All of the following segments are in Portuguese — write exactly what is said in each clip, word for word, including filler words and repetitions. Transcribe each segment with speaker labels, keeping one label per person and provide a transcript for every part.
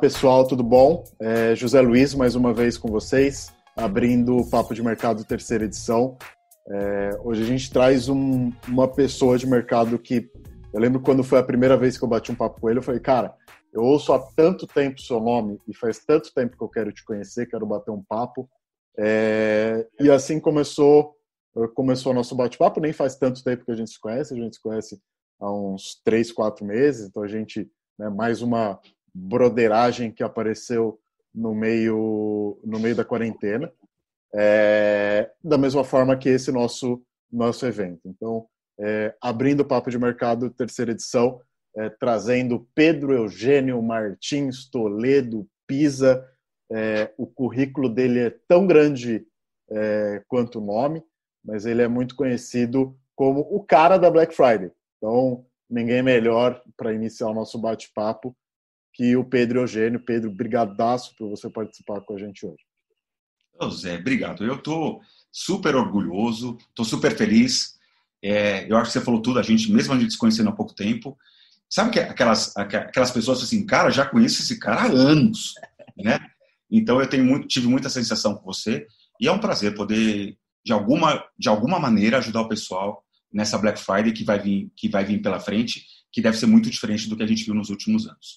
Speaker 1: pessoal, tudo bom? É José Luiz, mais uma vez com vocês, abrindo o Papo de Mercado, terceira edição. É, hoje a gente traz um, uma pessoa de mercado que... Eu lembro quando foi a primeira vez que eu bati um papo com ele, eu falei, cara, eu ouço há tanto tempo o seu nome e faz tanto tempo que eu quero te conhecer, quero bater um papo. É, e assim começou, começou o nosso bate-papo, nem faz tanto tempo que a gente se conhece, a gente se conhece há uns três, quatro meses, então a gente, né, mais uma broderagem que apareceu no meio, no meio da quarentena, é, da mesma forma que esse nosso, nosso evento. Então, é, abrindo o Papo de Mercado, terceira edição, é, trazendo Pedro Eugênio Martins Toledo Pisa. É, o currículo dele é tão grande é, quanto o nome, mas ele é muito conhecido como o cara da Black Friday. Então, ninguém melhor para iniciar o nosso bate-papo que o Pedro Eugênio. Pedro, brigadaço por você participar com a gente hoje.
Speaker 2: Ô Zé, obrigado. Eu estou super orgulhoso, estou super feliz. É, eu acho que você falou tudo, a gente, mesmo a gente se conhecendo há pouco tempo. Sabe que aquelas, aquelas pessoas assim, cara, já conheço esse cara há anos, né? Então eu tenho muito, tive muita sensação com você e é um prazer poder, de alguma, de alguma maneira, ajudar o pessoal nessa Black Friday que vai vir, que vai vir pela frente, que deve ser muito diferente do que a gente viu nos últimos anos.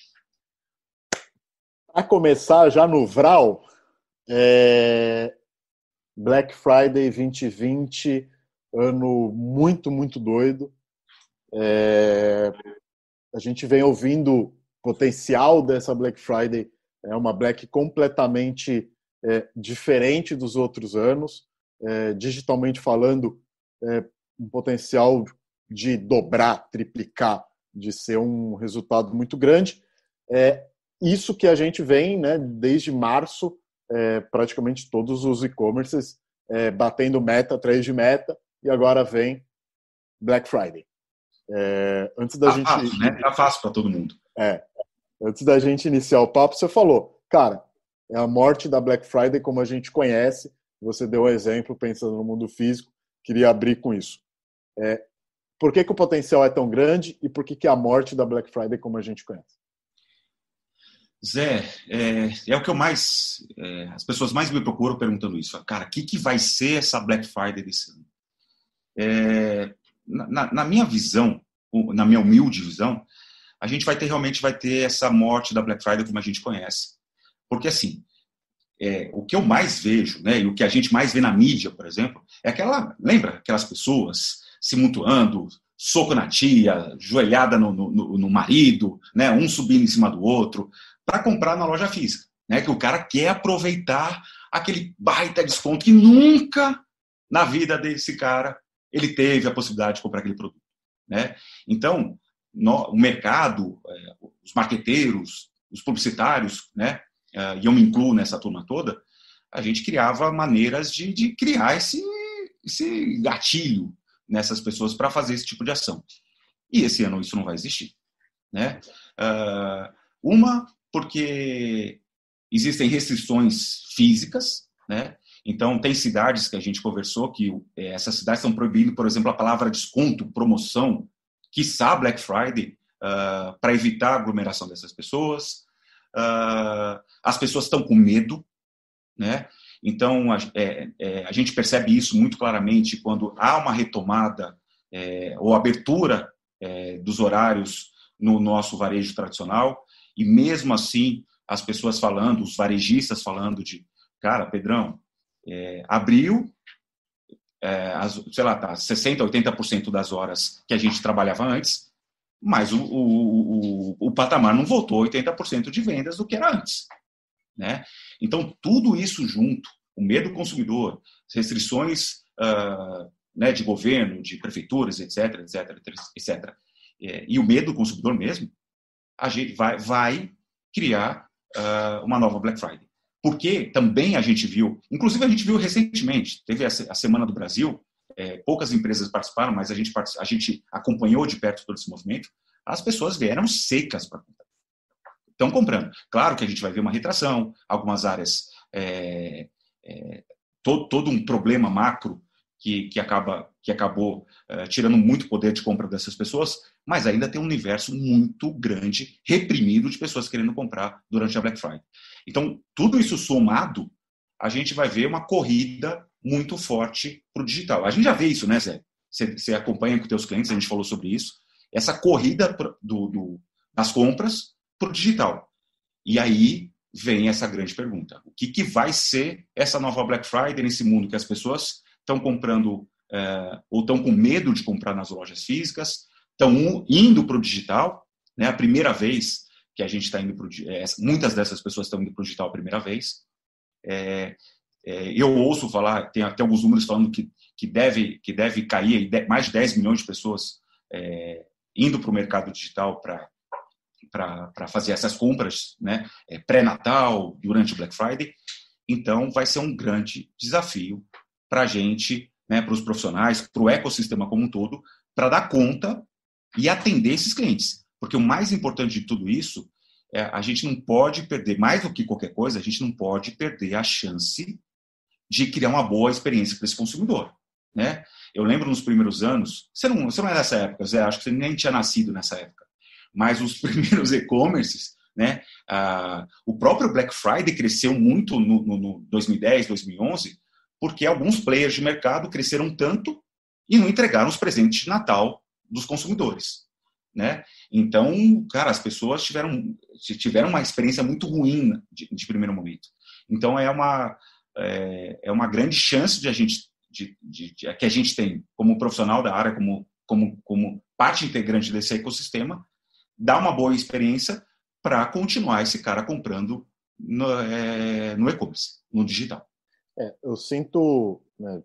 Speaker 1: Para começar, já no Vral, é... Black Friday vinte e vinte, ano muito, muito doido. É... A gente vem ouvindo o potencial dessa Black Friday, é uma Black completamente é, diferente dos outros anos, é, digitalmente falando, é, um potencial de dobrar, triplicar, de ser um resultado muito grande. É, isso que a gente vem, né, desde março, é, praticamente todos os e-commerces é, batendo meta atrás de meta, e agora vem Black Friday. É, antes da
Speaker 2: tá
Speaker 1: gente...
Speaker 2: fácil, né? Tá fácil para todo mundo.
Speaker 1: É, antes da gente iniciar o papo, você falou, cara, é a morte da Black Friday como a gente conhece. Você deu um exemplo pensando no mundo físico, queria abrir com isso. É, por que, que o potencial é tão grande e por que, que é a morte da Black Friday como a gente conhece?
Speaker 2: Zé, é, é o que eu mais... É, as pessoas mais me procuram perguntando isso. Cara, o que, que vai ser essa Black Friday desse ano? É, na, na minha visão, na minha humilde visão, a gente vai ter realmente vai ter essa morte da Black Friday como a gente conhece. Porque, assim, é, o que eu mais vejo, né, e o que a gente mais vê na mídia, por exemplo, é aquela... Lembra? Aquelas pessoas se mutuando, soco na tia, joelhada no, no, no marido, né, um subindo em cima do outro, para comprar na loja física, né, que o cara quer aproveitar aquele baita desconto que nunca na vida desse cara ele teve a possibilidade de comprar aquele produto, né? Então, no, o mercado, é, os marqueteiros, os publicitários, né, é, e eu me incluo nessa turma toda, a gente criava maneiras de, de criar esse, esse gatilho nessas pessoas para fazer esse tipo de ação. E esse ano isso não vai existir, né? Uh, uma, porque existem restrições físicas, né? Então, tem cidades que a gente conversou que é, essas cidades estão proibindo, por exemplo, a palavra desconto, promoção, quiçá Black Friday, uh, para evitar a aglomeração dessas pessoas. Uh, as pessoas estão com medo, né? Então, a, é, é, a gente percebe isso muito claramente quando há uma retomada é, ou abertura é, dos horários no nosso varejo tradicional, e mesmo assim, as pessoas falando, os varejistas falando de, cara, Pedrão, é, abriu, é, as, sei lá, tá, sessenta por cento, oitenta por cento das horas que a gente trabalhava antes, mas o, o, o, o patamar não voltou a oitenta por cento de vendas do que era antes, né? Então, tudo isso junto, o medo do consumidor, restrições uh, né, de governo, de prefeituras, etc, etc, etcétera, é, e o medo do consumidor mesmo, a gente vai, vai criar uh, uma nova Black Friday. Porque também a gente viu, inclusive a gente viu recentemente, teve a, a Semana do Brasil, é, poucas empresas participaram, mas a gente, a gente acompanhou de perto todo esse movimento, as pessoas vieram secas para comprar. Estão comprando. Claro que a gente vai ver uma retração, algumas áreas, é, é, todo, todo um problema macro que, que acaba que acabou uh, tirando muito poder de compra dessas pessoas, mas ainda tem um universo muito grande, reprimido, de pessoas querendo comprar durante a Black Friday. Então, tudo isso somado, a gente vai ver uma corrida muito forte para o digital. A gente já vê isso, né, Zé? Você, você acompanha com os seus clientes, a gente falou sobre isso, essa corrida do, do, das compras para o digital. E aí vem essa grande pergunta. O que, que vai ser essa nova Black Friday nesse mundo que as pessoas estão comprando é, ou estão com medo de comprar nas lojas físicas, estão indo para o digital, né? A primeira vez que a gente está indo para o digital, muitas dessas pessoas estão indo para o digital a primeira vez. É, é, eu ouço falar, tem até alguns números falando que, que, deve, que deve cair mais de dez milhões de pessoas é, indo para o mercado digital para para fazer essas compras, né, pré-natal, durante o Black Friday. Então, vai ser um grande desafio para a gente, né, para os profissionais, para o ecossistema como um todo, para dar conta e atender esses clientes. Porque o mais importante de tudo isso, é, a gente não pode perder, mais do que qualquer coisa, a gente não pode perder a chance de criar uma boa experiência para esse consumidor. Né? Eu lembro nos primeiros anos, você não, você não é dessa época, Zé, acho que você nem tinha nascido nessa época, mas os primeiros e-commerces, né, ah, o próprio Black Friday cresceu muito no, no, no dois mil e dez, dois mil e onze, porque alguns players de mercado cresceram tanto e não entregaram os presentes de Natal dos consumidores. Né? Então, cara, as pessoas tiveram, tiveram uma experiência muito ruim de, de primeiro momento. Então, é uma, é, é uma grande chance de a gente, de, de, de, que a gente tem como profissional da área, como, como, como parte integrante desse ecossistema, dar uma boa experiência para continuar esse cara comprando no, é, no e-commerce, no digital.
Speaker 1: É, eu sinto, né,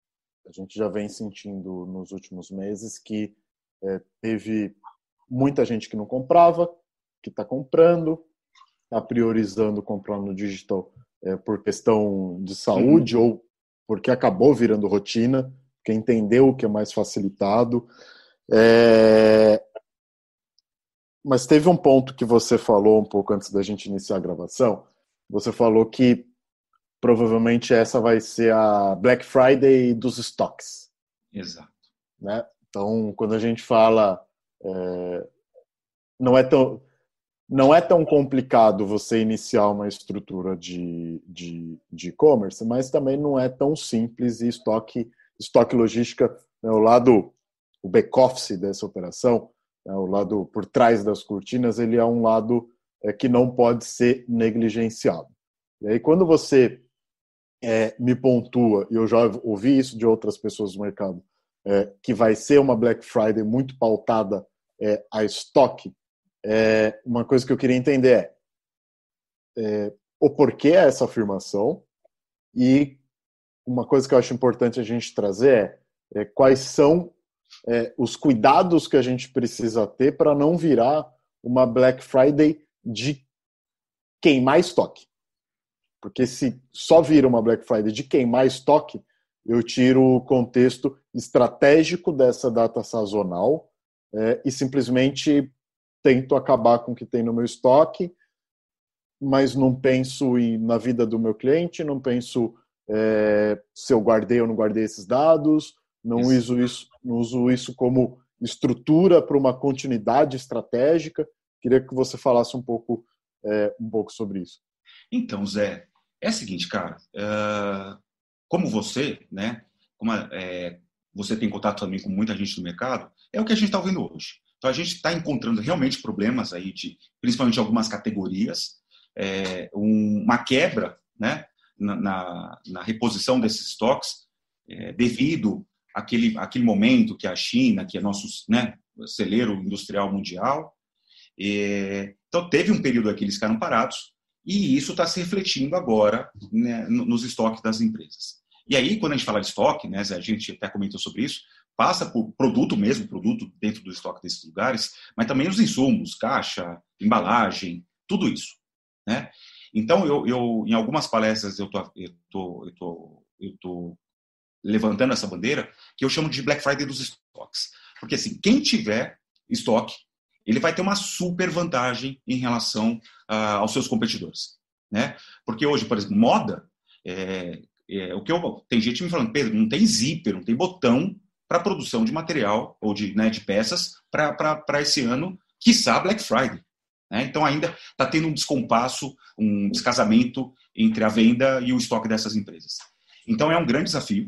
Speaker 1: a gente já vem sentindo nos últimos meses que é, teve muita gente que não comprava, que está comprando, está priorizando comprar no digital é, por questão de saúde, uhum, ou porque acabou virando rotina, porque entendeu o que é mais facilitado. É... Mas teve um ponto que você falou um pouco antes da gente iniciar a gravação. Você falou que provavelmente essa vai ser a Black Friday dos estoques.
Speaker 2: Exato.
Speaker 1: Né? Então, quando a gente fala... É, não, é tão, não é tão complicado você iniciar uma estrutura de, de, de e-commerce, mas também não é tão simples e estoque, estoque logística, né, o lado, o back-office dessa operação, o lado por trás das cortinas, ele é um lado é, que não pode ser negligenciado. E aí, quando você é, me pontua, e eu já ouvi isso de outras pessoas do mercado, é, que vai ser uma Black Friday muito pautada é, a estoque, é, uma coisa que eu queria entender é, é o porquê essa afirmação, e uma coisa que eu acho importante a gente trazer é, é quais são É, os cuidados que a gente precisa ter para não virar uma Black Friday de queimar estoque. Porque se só vira uma Black Friday de queimar estoque, eu tiro o contexto estratégico dessa data sazonal é, e simplesmente tento acabar com o que tem no meu estoque, mas não penso em, na vida do meu cliente, não penso é, se eu guardei ou não guardei esses dados, não uso isso, não uso isso como estrutura para uma continuidade estratégica. Queria que você falasse um pouco, é, um pouco sobre isso.
Speaker 2: Então, Zé, é o seguinte, cara, uh, como você, né, como é, você tem contato também com muita gente no mercado, é o que a gente está ouvindo hoje. Então, a gente está encontrando realmente problemas aí, de, principalmente algumas categorias, é, um, uma quebra, né, na, na, na reposição desses estoques, é, devido Aquele, aquele momento que a China, que é nosso, né, celeiro industrial mundial, é, então teve um período aqui que eles ficaram parados, e isso está se refletindo agora, né, nos estoques das empresas. E aí, quando a gente fala de estoque, né, a gente até comentou sobre isso, passa por produto mesmo, produto dentro do estoque desses lugares, mas também os insumos, caixa, embalagem, tudo isso. Né? Então, eu, eu, em algumas palestras eu tô, eu tô, eu tô, eu tô levantando essa bandeira, que eu chamo de Black Friday dos estoques. Porque, assim, quem tiver estoque, ele vai ter uma super vantagem em relação uh, aos seus competidores. Né? Porque hoje, por exemplo, moda, é, é, o que eu, tem gente me falando, Pedro, não tem zíper, não tem botão para a produção de material ou de, né, de peças para esse ano, quiçá Black Friday. Né? Então ainda está tendo um descompasso, um descasamento entre a venda e o estoque dessas empresas. Então é um grande desafio.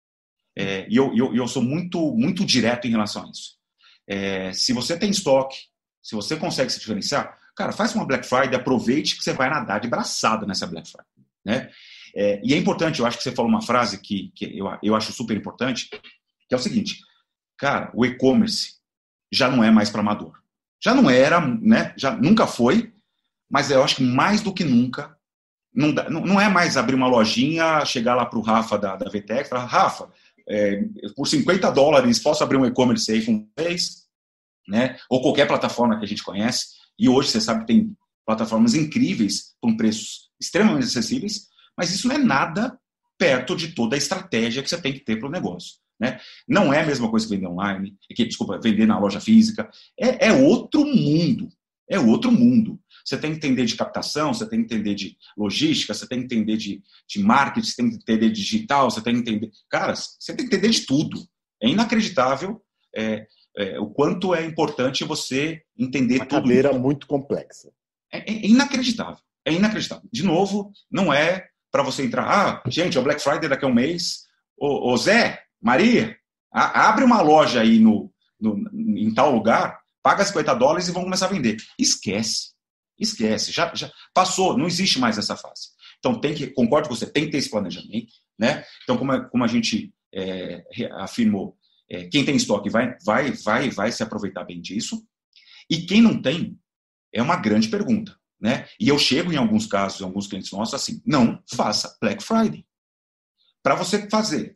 Speaker 2: É, e eu, eu, eu sou muito, muito direto em relação a isso. É, se você tem estoque, se você consegue se diferenciar, cara, faz uma Black Friday, aproveite que você vai nadar de braçada nessa Black Friday. Né? É, e é importante, eu acho que você falou uma frase que, que eu, eu acho super importante, que é o seguinte, cara, o e-commerce já não é mais para amador. Já não era, né? Já nunca foi, mas eu acho que mais do que nunca, não, dá, não, não é mais abrir uma lojinha, chegar lá para o Rafa da, da V T X e falar, Rafa, é, por cinquenta dólares posso abrir um e-commerce aí com vocês, né? Ou qualquer plataforma que a gente conhece, e hoje você sabe que tem plataformas incríveis com preços extremamente acessíveis, mas isso não é nada perto de toda a estratégia que você tem que ter para o negócio. Né? Não é a mesma coisa que vender online, que, desculpa, vender na loja física. É, é outro mundo. É outro mundo. Você tem que entender de captação, você tem que entender de logística, você tem que entender de, de marketing, você tem que entender de digital, você tem que entender... Cara, você tem que entender de tudo. É inacreditável é, é, o quanto é importante você entender
Speaker 1: Uma
Speaker 2: tudo.
Speaker 1: Uma cadeira isso. Muito complexa.
Speaker 2: É, é inacreditável. É inacreditável. De novo, não é para você entrar... Ah, gente, é o Black Friday daqui a um mês. Ô, ô Zé, Maria, a, abre uma loja aí no, no, em tal lugar, paga cinquenta dólares e vão começar a vender. Esquece. Esquece. Já, já passou. Não existe mais essa fase. Então, tem que, concordo com você, tem que ter esse planejamento. Né? Então, como a, como a gente é, afirmou, é, quem tem estoque vai, vai, vai, vai se aproveitar bem disso. E quem não tem, é uma grande pergunta. Né? E eu chego em alguns casos, em alguns clientes nossos, assim, não faça Black Friday. Para você fazer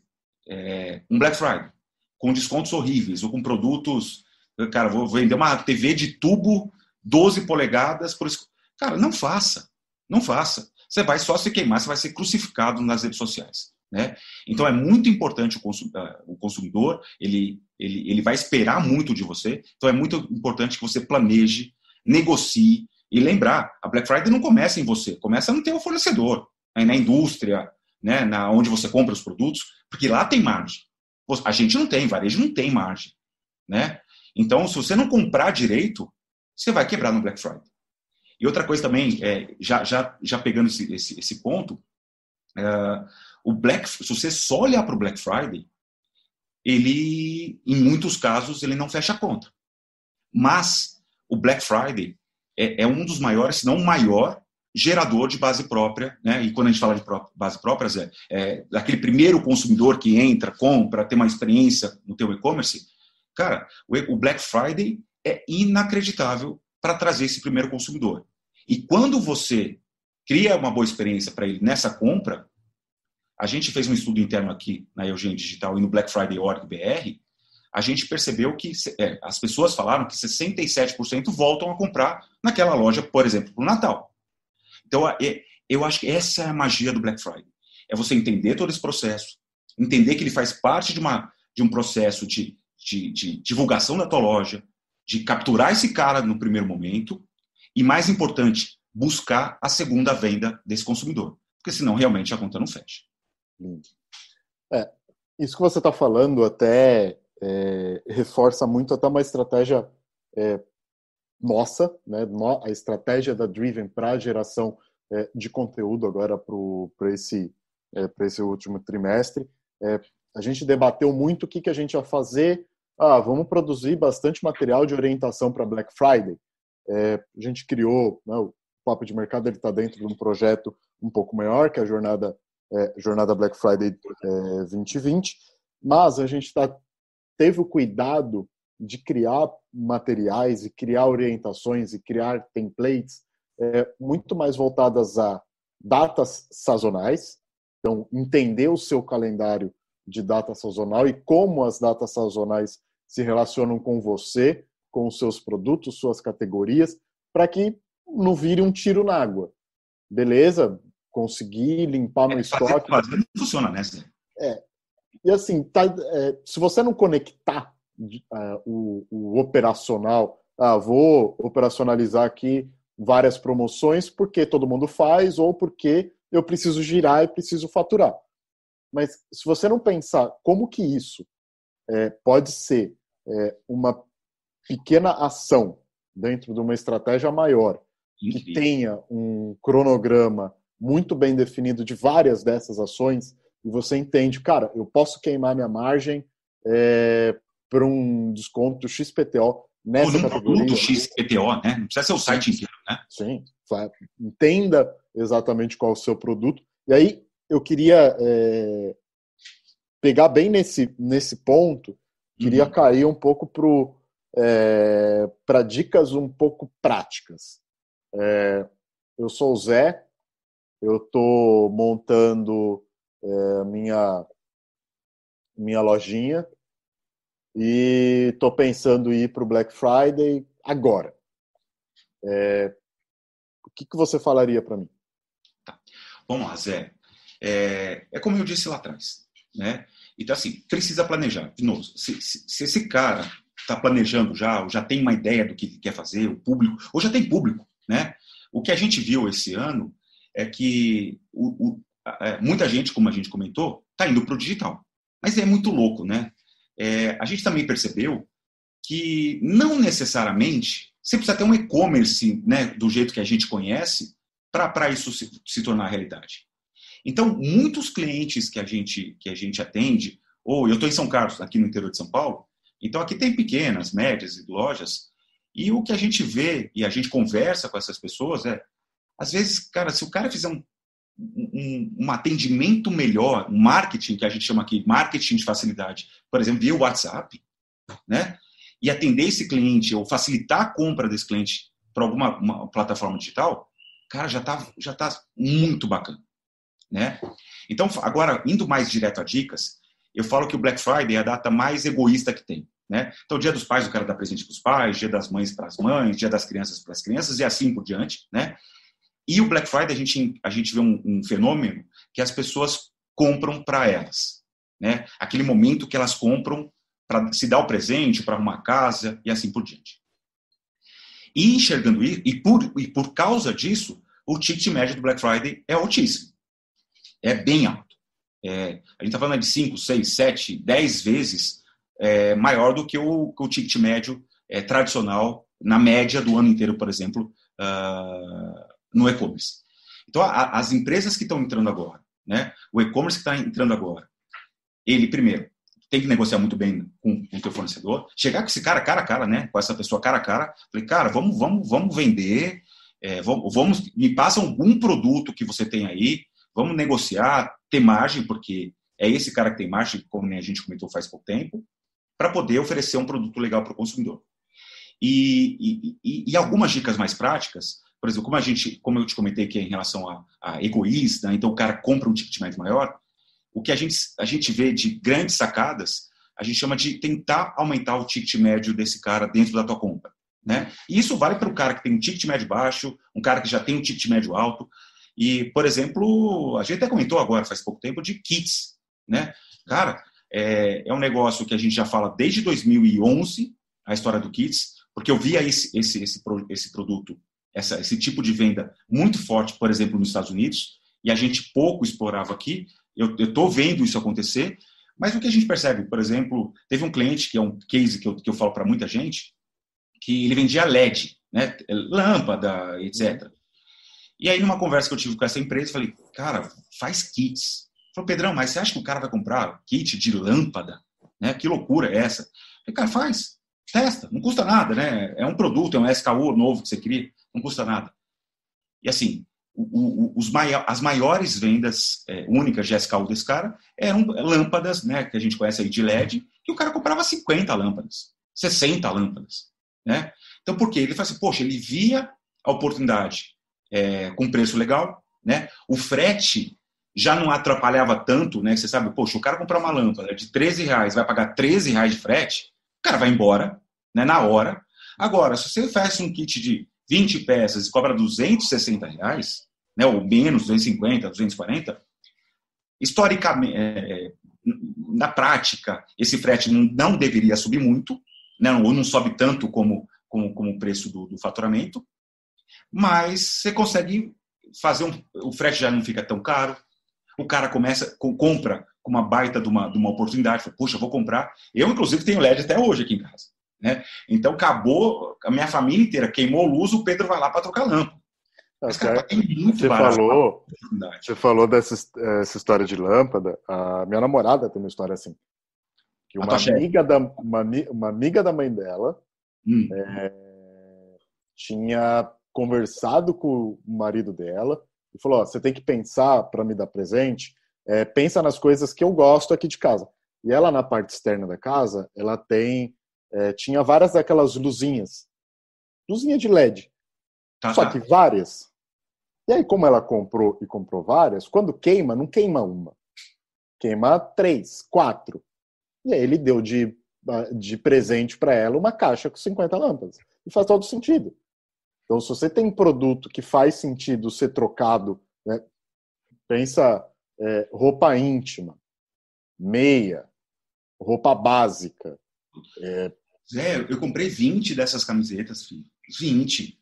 Speaker 2: é, um Black Friday com descontos horríveis ou com produtos, cara, vou vender uma T V de tubo doze polegadas, por isso, cara, não faça, não faça. Você vai só se queimar, você vai ser crucificado nas redes sociais. Né? Então é muito importante o consumidor, ele, ele, ele vai esperar muito de você, então é muito importante que você planeje, negocie. E lembrar, a Black Friday não começa em você, começa no teu fornecedor, aí na indústria, né, na, onde você compra os produtos, porque lá tem margem. A gente não tem, varejo não tem margem. Né? Então, se você não comprar direito, você vai quebrar no Black Friday. E outra coisa também, é, já, já, já pegando esse, esse, esse ponto, é, o Black, se você só olhar para o Black Friday, ele, em muitos casos, ele não fecha a conta. Mas o Black Friday é, é um dos maiores, se não o maior, gerador de base própria, né? E quando a gente fala de base própria, é, é aquele primeiro consumidor que entra, compra, tem uma experiência no teu e-commerce, cara, o, o Black Friday é inacreditável para trazer esse primeiro consumidor. E quando você cria uma boa experiência para ele nessa compra, a gente fez um estudo interno aqui na Eugênia Digital e no Black Friday ponto org ponto b r, a gente percebeu que é, as pessoas falaram que sessenta e sete por cento voltam a comprar naquela loja, por exemplo, para o Natal. Então, eu acho que essa é a magia do Black Friday. É você entender todo esse processo, entender que ele faz parte de, uma, de um processo de, de, de divulgação da tua loja, de capturar esse cara no primeiro momento e, mais importante, buscar a segunda venda desse consumidor. Porque senão, realmente, a conta não fecha.
Speaker 1: É, isso que você está falando até é, reforça muito até uma estratégia é, nossa, né, a estratégia da Driven para a geração é, de conteúdo agora para esse, é, esse último trimestre. É, a gente debateu muito o que, que a gente ia fazer. Ah, vamos produzir bastante material de orientação para Black Friday. É, a gente criou, né, o Papo de Mercado está dentro de um projeto um pouco maior, que é a Jornada, é, jornada Black Friday é, vinte vinte, mas a gente tá, teve o cuidado de criar materiais e criar orientações e criar templates é, muito mais voltadas a datas sazonais. Então, entender o seu calendário de data sazonal e como as datas sazonais se relacionam com você, com os seus produtos, suas categorias, para que não vire um tiro na água. Beleza? Conseguir limpar no é, estoque.
Speaker 2: Fazer, fazer não funciona, né?
Speaker 1: É. E assim, tá, é, se você não conectar uh, o, o operacional, ah, vou operacionalizar aqui várias promoções porque todo mundo faz ou porque eu preciso girar e preciso faturar. Mas se você não pensar como que isso é, pode ser é, uma pequena ação dentro de uma estratégia maior,
Speaker 2: Incrível.
Speaker 1: que tenha um cronograma muito bem definido de várias dessas ações, e você entende, cara, eu posso queimar minha margem é, por um desconto X P T O nessa
Speaker 2: Ou num
Speaker 1: categoria.
Speaker 2: produto X P T O, né? Não precisa ser o site inteiro, né?
Speaker 1: Sim, entenda exatamente qual é o seu produto. E aí eu queria é, pegar bem nesse, nesse ponto, queria uhum. cair um pouco para é, dicas um pouco práticas. É, eu sou o Zé, eu estou montando é, minha, minha lojinha e estou pensando em ir para o Black Friday agora. É, o que, que você falaria para mim?
Speaker 2: Tá. Vamos lá, Zé. É, é como eu disse lá atrás, né? Então, assim, precisa planejar. De novo, se, se, se esse cara está planejando já, ou já tem uma ideia do que quer fazer, o público, ou já tem público, né? O que a gente viu esse ano é que o, o, a, muita gente, como a gente comentou, está indo para o digital. Mas é muito louco, né? É, a gente também percebeu que não necessariamente você precisa ter um e-commerce, né, do jeito que a gente conhece para isso se, se tornar realidade. Então, muitos clientes que a gente, que a gente atende, ou eu estou em São Carlos, aqui no interior de São Paulo, então aqui tem pequenas, médias lojas, e o que a gente vê e a gente conversa com essas pessoas é, às vezes, cara, se o cara fizer um, um, um atendimento melhor, um marketing, que a gente chama aqui, marketing de facilidade, por exemplo, via WhatsApp, né? E atender esse cliente, ou facilitar a compra desse cliente para alguma uma plataforma digital, cara, já está já tá muito bacana, né? Então, agora, indo mais direto a dicas, eu falo que o Black Friday é a data mais egoísta que tem, né? Então, dia dos pais, o cara dá presente para os pais, dia das mães para as mães, dia das crianças para as crianças, e assim por diante, né? E o Black Friday, a gente, a gente vê um, um fenômeno que as pessoas compram para elas, né? Aquele momento que elas compram para se dar o presente, para arrumar casa e assim por diante. E enxergando isso, e por, e por causa disso, o ticket médio do Black Friday é altíssimo. É bem alto. É, a gente está falando de cinco, seis, sete, dez vezes é, maior do que o, o ticket médio é, tradicional, na média do ano inteiro, por exemplo, uh, no e-commerce. Então, a, as empresas que estão entrando agora, né, o e-commerce que está entrando agora, ele, primeiro, tem que negociar muito bem com, com o teu fornecedor, chegar com esse cara cara a cara, né, com essa pessoa cara a cara, falei, cara, vamos, vamos, vamos vender, é, vamos, vamos, me passa algum produto que você tem aí, vamos negociar, ter margem, porque é esse cara que tem margem, como a gente comentou faz pouco tempo, para poder oferecer um produto legal para o consumidor. E, e, e, e algumas dicas mais práticas, por exemplo, como, a gente, como eu te comentei que é em relação a, a egoísta, então o cara compra um ticket mais maior, o que a gente, a gente vê de grandes sacadas, a gente chama de tentar aumentar o ticket médio desse cara dentro da tua compra, né? E isso vale para o cara que tem um ticket médio baixo, um cara que já tem um ticket médio alto. E, por exemplo, a gente até comentou agora, faz pouco tempo, de kits, né? Cara, é, é um negócio que a gente já fala desde dois mil e onze, a história do kits, porque eu via esse, esse, esse, esse produto, essa, esse tipo de venda muito forte, por exemplo, nos Estados Unidos, e a gente pouco explorava aqui. Eu estou vendo isso acontecer, mas o que a gente percebe, por exemplo, teve um cliente, que é um case que eu, que eu falo para muita gente, que ele vendia L E D, né? Lâmpada, etcétera. E aí, numa conversa que eu tive com essa empresa, eu falei, cara, faz kits. Ele falou, Pedrão, mas você acha que o cara vai comprar kit de lâmpada? Né? Que loucura é essa? Eu falei, cara, faz, testa, não custa nada, né? É um produto, é um S K U novo que você cria, não custa nada. E assim, o, o, os mai- as maiores vendas é, únicas de S K U desse cara eram lâmpadas, né, que a gente conhece aí de L E D, que o cara comprava cinquenta lâmpadas, sessenta lâmpadas. Né? Então, por quê? Ele fala assim, poxa, ele via a oportunidade é, com preço legal, né? O frete já não atrapalhava tanto, né? Você sabe, poxa, o cara comprar uma lâmpada de treze reais, vai pagar treze reais de frete, o cara vai embora, né, na hora. Agora, se você oferece um kit de vinte peças e cobra duzentos e sessenta reais, né, ou menos, duzentos e cinquenta, duzentos e quarenta, historicamente, é, na prática, esse frete não, não deveria subir muito, né, ou não sobe tanto como, como, como o preço do, do faturamento, mas você consegue fazer um, o frete já não fica tão caro, O cara começa, com, compra com uma baita de uma, de uma oportunidade. Fala, poxa, vou comprar. Eu, inclusive, tenho L E D até hoje aqui em casa. Né? Então, acabou, a minha família inteira queimou luz, o Pedro vai lá para trocar lâmpada. Mas, cara, é muito
Speaker 1: você
Speaker 2: barato.
Speaker 1: Falou, você falou dessa essa história de lâmpada. A minha namorada tem uma história assim. Que uma amiga, da, uma, uma amiga da mãe dela hum. é, tinha conversado com o marido dela e falou, ó, você tem que pensar para me dar presente, é, pensa nas coisas que eu gosto aqui de casa. E ela, na parte externa da casa, ela tem é, tinha várias daquelas luzinhas. Luzinha de L E D. Tá, só tá. que várias. E aí, como ela comprou e comprou várias, quando queima, não queima uma. Queima três, quatro. E aí ele deu de, de presente para ela uma caixa com cinquenta lâmpadas. E faz todo sentido. Então, se você tem um produto que faz sentido ser trocado, né, pensa é, roupa íntima, meia, roupa básica.
Speaker 2: É... Zé, eu comprei vinte dessas camisetas, filho. vinte.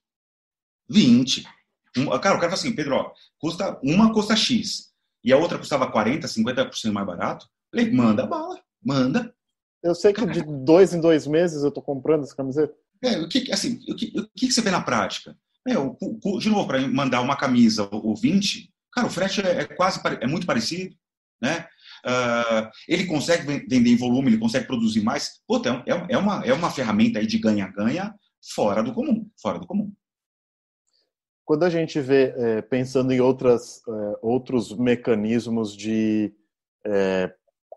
Speaker 2: vinte. Um, cara, o cara fala assim, Pedro, ó, custa, uma custa X e a outra custava quarenta, cinquenta por cento mais barato. Eu falei, manda bala. Manda.
Speaker 1: Eu sei que de dois em dois meses eu tô comprando essa camiseta.
Speaker 2: É, o que, assim, o que, o que você vê na prática? É, o, o, de novo, para mandar uma camisa ou vinte, cara, o frete é, é quase é muito parecido, né? Uh, ele consegue vender em volume, ele consegue produzir mais. Puta, é, é, uma, é uma ferramenta aí de ganha-ganha fora do comum, fora do comum.
Speaker 1: Quando a gente vê, é, pensando em outras, é, outros mecanismos de é,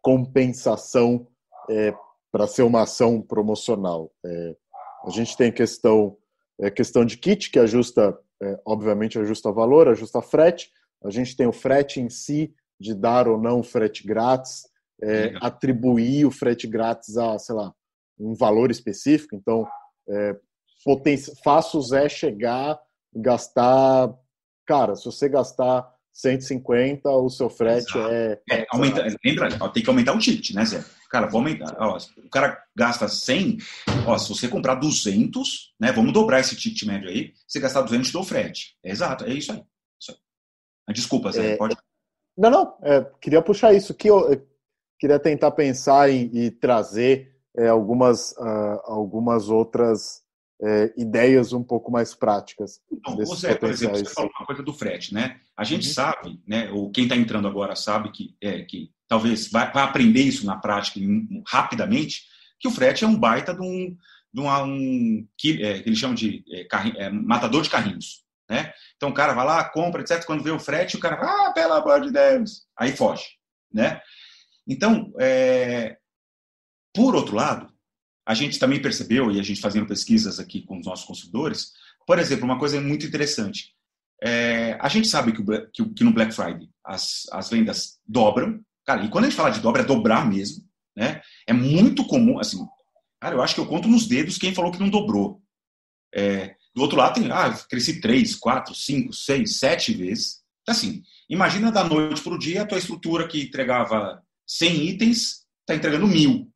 Speaker 1: compensação é, para ser uma ação promocional. É, a gente tem questão, é, questão de kit, que ajusta, é, obviamente, ajusta valor, ajusta frete. A gente tem o frete em si, de dar ou não frete grátis, é, atribuir o frete grátis a, sei lá, um valor específico. Então, é, poten- faça o Zé chegar, gastar... Cara, se você gastar cento e cinquenta, o seu frete
Speaker 2: Exato.
Speaker 1: é...
Speaker 2: é aumenta, lembra, tem que aumentar o ticket, né, Zé? Cara, vou aumentar. Ó, o cara gasta cem, ó, se você comprar duzentos, né, vamos dobrar esse ticket médio aí, se gastar duzentos, dou frete. É exato, é isso aí. Isso aí. Desculpa, Zé,
Speaker 1: é,
Speaker 2: pode...
Speaker 1: Não, não, é, queria puxar isso, que eu, eu queria tentar pensar em, e trazer é, algumas, uh, algumas outras é, ideias um pouco mais práticas.
Speaker 2: Então, Zé, por exemplo, você falou uma coisa do frete, né? A gente uhum. sabe, né, ou quem está entrando agora sabe que, é, que talvez vai, vai aprender isso na prática rapidamente, que o frete é um baita de um, de uma, um que, é, que eles chamam de é, carri, é, matador de carrinhos. Né? Então o cara vai lá, compra, etcétera. Quando vê o frete, o cara fala, ah, pelo amor de Deus, aí foge. Né? Então, é... por outro lado, a gente também percebeu, e a gente fazendo pesquisas aqui com os nossos consumidores, por exemplo, uma coisa muito interessante. É... A gente sabe que, o, que, que no Black Friday as, as vendas dobram, cara, e quando a gente fala de dobra, é dobrar mesmo. Né? É muito comum, assim, cara, eu acho que eu conto nos dedos quem falou que não dobrou. É... Do outro lado tem, ah, cresci três, quatro, cinco, seis, sete vezes. Assim, imagina da noite para o dia a tua estrutura que entregava cem itens, está entregando mil.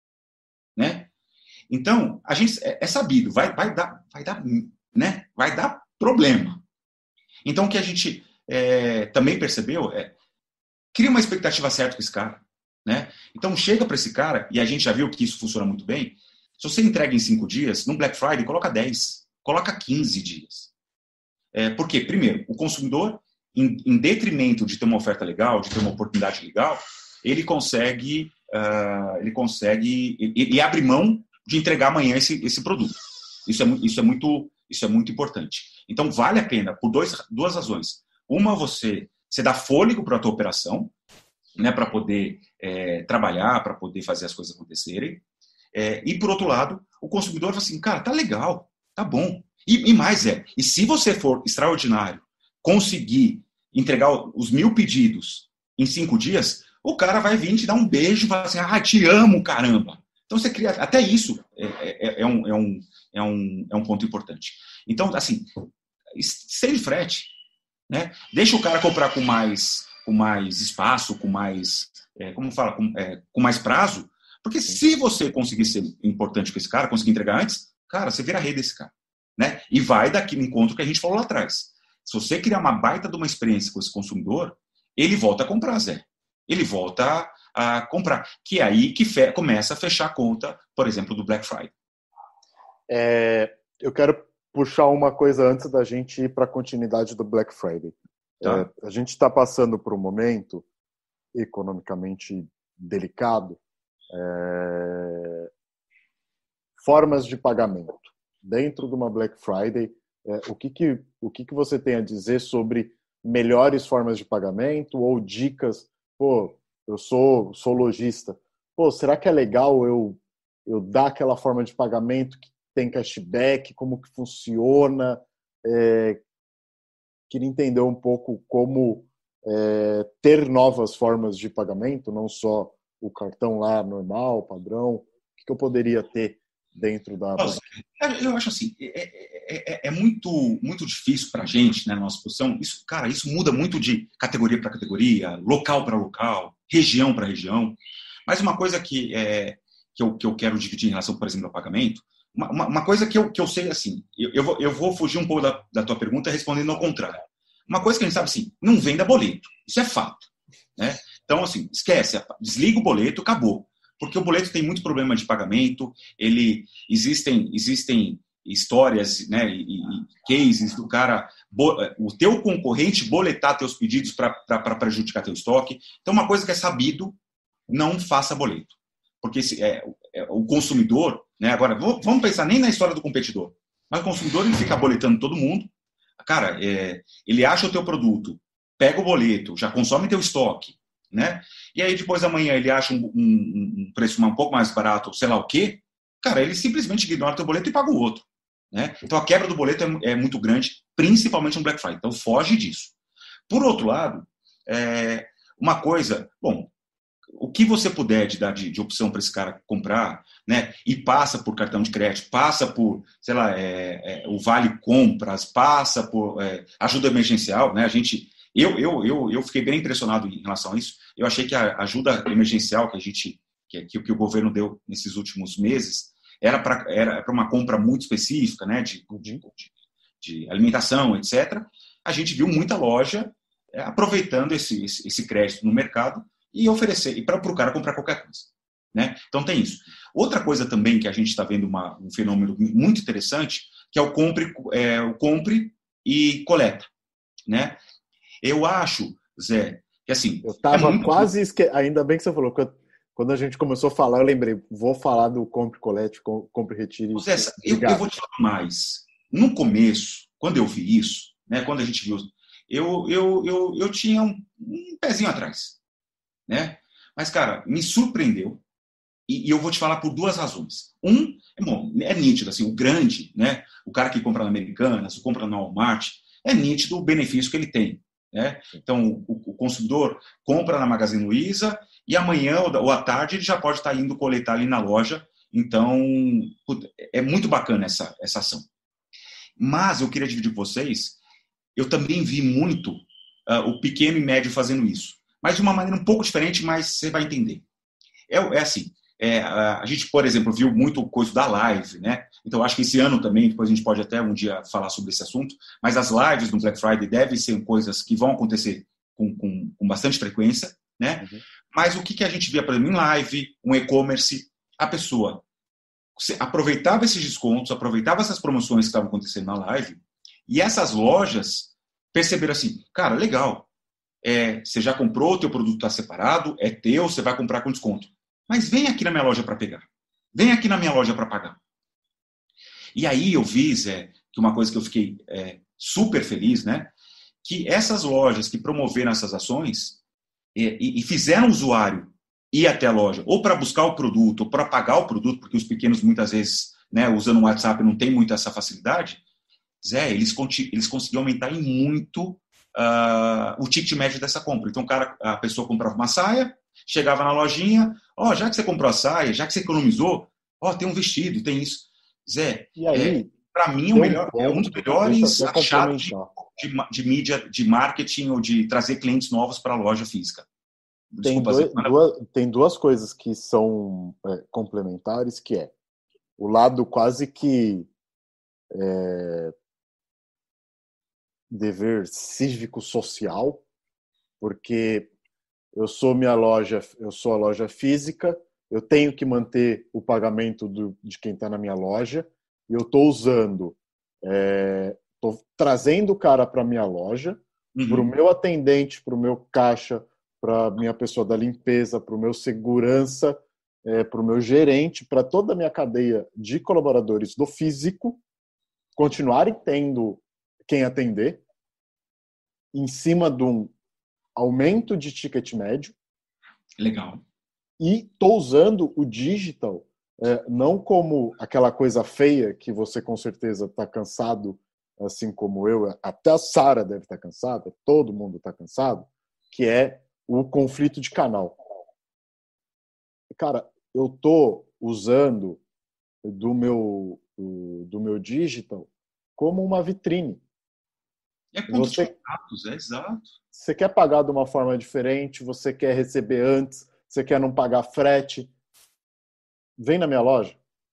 Speaker 2: Né? Então, a gente, é, é sabido, vai, vai, dar, vai, dar, né? vai dar problema. Então, o que a gente é, também percebeu é, cria uma expectativa certa com esse cara. Né? Então, chega para esse cara, e a gente já viu que isso funciona muito bem, se você entrega em cinco dias, no Black Friday, coloca dez. Coloca quinze dias. É, por quê? Primeiro, o consumidor, em, em detrimento de ter uma oferta legal, de ter uma oportunidade legal, ele consegue, uh, ele consegue, ele abre mão de entregar amanhã esse, esse produto. Isso é, isso, é muito, isso é muito importante. Então, vale a pena, por dois, duas razões. Uma, você, você dá fôlego para a tua operação, né, para poder é, trabalhar, para poder fazer as coisas acontecerem. É, e, por outro lado, o consumidor fala assim, cara, tá legal. Tá bom. E, e mais é, e se você for extraordinário, conseguir entregar os mil pedidos em cinco dias, o cara vai vir te dar um beijo e falar assim, ah, te amo, caramba. Então você cria, até isso é, é, é, um, é, um, é, um, é um ponto importante. Então, assim, sem frete, né? Deixa o cara comprar com mais, com mais espaço, com mais, é, como fala, com, é, com mais prazo, porque se você conseguir ser importante com esse cara, conseguir entregar antes, cara, você vira rei desse cara. Né? E vai daquele encontro que a gente falou lá atrás. Se você criar uma baita de uma experiência com esse consumidor, ele volta a comprar, Zé. Ele volta a, a comprar. Que é aí que fe, começa a fechar a conta, por exemplo, do Black Friday.
Speaker 1: É, eu quero puxar uma coisa antes da gente ir para a continuidade do Black Friday.
Speaker 2: Tá?
Speaker 1: É, a gente está passando por um momento economicamente delicado. É, formas de pagamento. Dentro de uma Black Friday, é, o, que, que, o que, que você tem a dizer sobre melhores formas de pagamento ou dicas? Pô, eu sou, sou lojista. Pô, será que é legal eu, eu dar aquela forma de pagamento que tem cashback? Como que funciona? É, queria entender um pouco como é, ter novas formas de pagamento, não só o cartão lá normal, padrão. O que, que eu poderia ter dentro da...
Speaker 2: Nossa, eu acho assim, é, é, é muito, muito difícil para a gente, né, na nossa posição. Isso, cara, isso muda muito de categoria para categoria, local para local, região para região. Mas uma coisa que, é, que, eu, que eu quero dividir em relação, por exemplo, ao pagamento, uma, uma, uma coisa que eu, que eu sei, assim, eu, eu, vou, eu vou fugir um pouco da, da tua pergunta respondendo ao contrário. Uma coisa que a gente sabe, assim, não venda boleto. Isso é fato. Né? Então, assim, esquece, desliga o boleto, acabou. Porque o boleto tem muito problema de pagamento, ele, existem, existem histórias, né, e, e cases do cara, o teu concorrente boletar teus pedidos para prejudicar teu estoque. Então, uma coisa que é sabido, não faça boleto. Porque se, é, é, o consumidor, né, agora, vamos pensar nem na história do competidor, mas o consumidor ele fica boletando todo mundo, cara, é, ele acha o teu produto, pega o boleto, já consome teu estoque, né? E aí depois amanhã ele acha um, um, um preço um pouco mais barato, sei lá o quê, cara, ele simplesmente ignora teu boleto e paga o outro, né? Então a quebra do boleto é, é muito grande, principalmente no Black Friday, então foge disso. Por outro lado, é, uma coisa, bom, o que você puder de dar de, de opção para esse cara comprar, né? E passa por cartão de crédito, passa por, sei lá, é, é, o Vale Compras, passa por é, ajuda emergencial, né? A gente, eu, eu, eu, eu fiquei bem impressionado em relação a isso. Eu achei que a ajuda emergencial que a gente, que, que, que o governo deu nesses últimos meses, era para era para uma compra muito específica, né? De, de, de alimentação, etcétera. A gente viu muita loja é, aproveitando esse, esse, esse crédito no mercado e oferecer, e para o cara comprar qualquer coisa. Né? Então tem isso. Outra coisa também que a gente está vendo uma, um fenômeno muito interessante, que é o compre, é, o compre e coleta. Né? Eu acho, Zé, que assim...
Speaker 1: Eu estava
Speaker 2: é muito...
Speaker 1: quase... Esque... Ainda bem que você falou, que eu... quando a gente começou a falar, eu lembrei, vou falar do compre, colete, compre, retire...
Speaker 2: Zé, eu, eu vou te falar mais. No começo, quando eu vi isso, né, quando a gente viu, eu, eu, eu, eu tinha um, um pezinho atrás. Né? Mas, cara, me surpreendeu e, e eu vou te falar por duas razões. Um, é, bom, é nítido, assim, o grande, né? O cara que compra na Americanas, o compra na Walmart, é nítido o benefício que ele tem. Né? Então, o, o consumidor compra na Magazine Luiza e amanhã ou à tarde ele já pode estar indo coletar ali na loja. Então, é muito bacana essa, essa ação. Mas eu queria dividir com vocês, eu também vi muito uh, o pequeno e médio fazendo isso. Mas de uma maneira um pouco diferente, mas você vai entender. É, é assim, é, a gente, por exemplo, viu muito coisa da live, né? Então, acho que esse ano também, depois a gente pode até um dia falar sobre esse assunto, mas as lives no Black Friday devem ser coisas que vão acontecer com, com, com bastante frequência, né? Uhum. Mas o que, que a gente via, por exemplo, em live, um e-commerce, a pessoa aproveitava esses descontos, aproveitava essas promoções que estavam acontecendo na live, e essas lojas perceberam assim, cara, legal, É, você já comprou, o teu produto está separado, é teu, você vai comprar com desconto. Mas vem aqui na minha loja para pegar. Vem aqui na minha loja para pagar. E aí eu vi, Zé, que uma coisa que eu fiquei é, super feliz, né? Que essas lojas que promoveram essas ações e, e fizeram o usuário ir até a loja, ou para buscar o produto, ou para pagar o produto, porque os pequenos muitas vezes, né, usando o WhatsApp, não tem muito essa facilidade, Zé, eles, eles conseguiram aumentar em muito Uh, o ticket médio dessa compra. Então, o cara, a pessoa comprava uma saia, chegava na lojinha, ó, oh, já que você comprou a saia, já que você economizou, ó, oh, tem um vestido, tem isso. Zé, é, para mim é, um melhor, um, é um dos melhores achados de, de, de mídia, de marketing ou de trazer clientes novos para a loja física.
Speaker 1: Desculpa, tem, dois, duas, tem duas coisas que são é, complementares, que é o lado quase que é, dever cívico-social, porque eu sou minha loja, eu sou a loja física, eu tenho que manter o pagamento do, de quem está na minha loja, e eu estou usando, estou é, trazendo o cara para a minha loja, uhum. para o meu atendente, para o meu caixa, para a minha pessoa da limpeza, para o meu segurança, é, para o meu gerente, para toda a minha cadeia de colaboradores do físico, continuarem tendo quem atender, em cima de um aumento de ticket médio.
Speaker 2: Legal.
Speaker 1: E estou usando o digital é, não como aquela coisa feia que você com certeza está cansado, assim como eu, até a Sara deve estar cansada, todo mundo está cansado, que é o conflito de canal. Cara, eu estou usando do meu, do meu digital como uma vitrine.
Speaker 2: É ponto você, de contatos, é exato.
Speaker 1: Você quer pagar de uma forma diferente, você quer receber antes, você quer não pagar frete, vem na minha loja.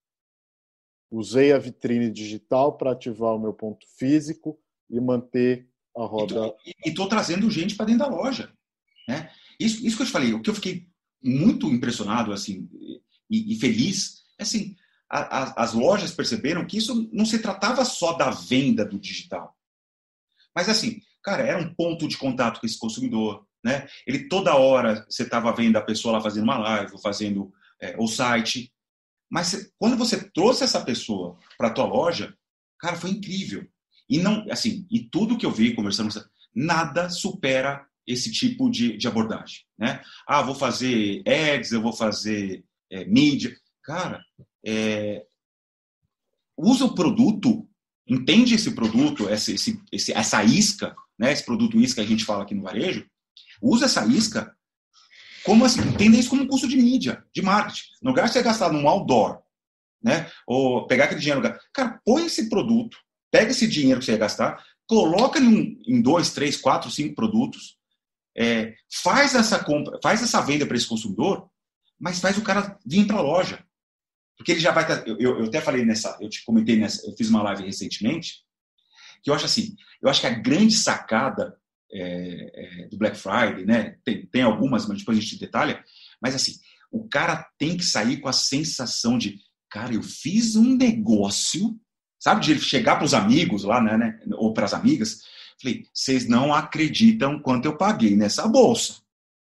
Speaker 1: Usei a vitrine digital para ativar o meu ponto físico e manter a roda.
Speaker 2: E estou trazendo gente para dentro da loja. Né? Isso, isso que eu te falei, o que eu fiquei muito impressionado assim, e, e feliz, é assim, a, a, as lojas perceberam que isso não se tratava só da venda do digital. Mas assim, cara, era um ponto de contato com esse consumidor. Né? Ele toda hora você estava vendo a pessoa lá fazendo uma live, fazendo é, o site. Mas você, quando você trouxe essa pessoa para a tua loja, cara, foi incrível. E não, assim, e tudo que eu vi conversando, nada supera esse tipo de, de abordagem. Né? Ah, vou fazer ads, eu vou fazer é, mídia. Cara, é, usa o produto, entende esse produto, essa, esse, esse, essa isca, né? Esse produto isca que a gente fala aqui no varejo, usa essa isca, como assim? Entenda isso como um custo de mídia, de marketing. No lugar de você gastar num outdoor, né? Ou pegar aquele dinheiro, cara, põe esse produto, pega esse dinheiro que você ia gastar, coloca em, em dois, três, quatro, cinco produtos, é, faz essa compra, faz essa venda para esse consumidor, mas faz o cara vir para a loja. Porque ele já vai estar. Eu, eu até falei nessa, eu te comentei nessa, eu fiz uma live recentemente, que eu acho assim, eu acho que a grande sacada é, é, do Black Friday, né? Tem, tem algumas, mas depois a gente detalha, mas assim, o cara tem que sair com a sensação de, cara, eu fiz um negócio, sabe, de ele chegar para os amigos lá, né, né ou para as amigas, falei, vocês não acreditam quanto eu paguei nessa bolsa.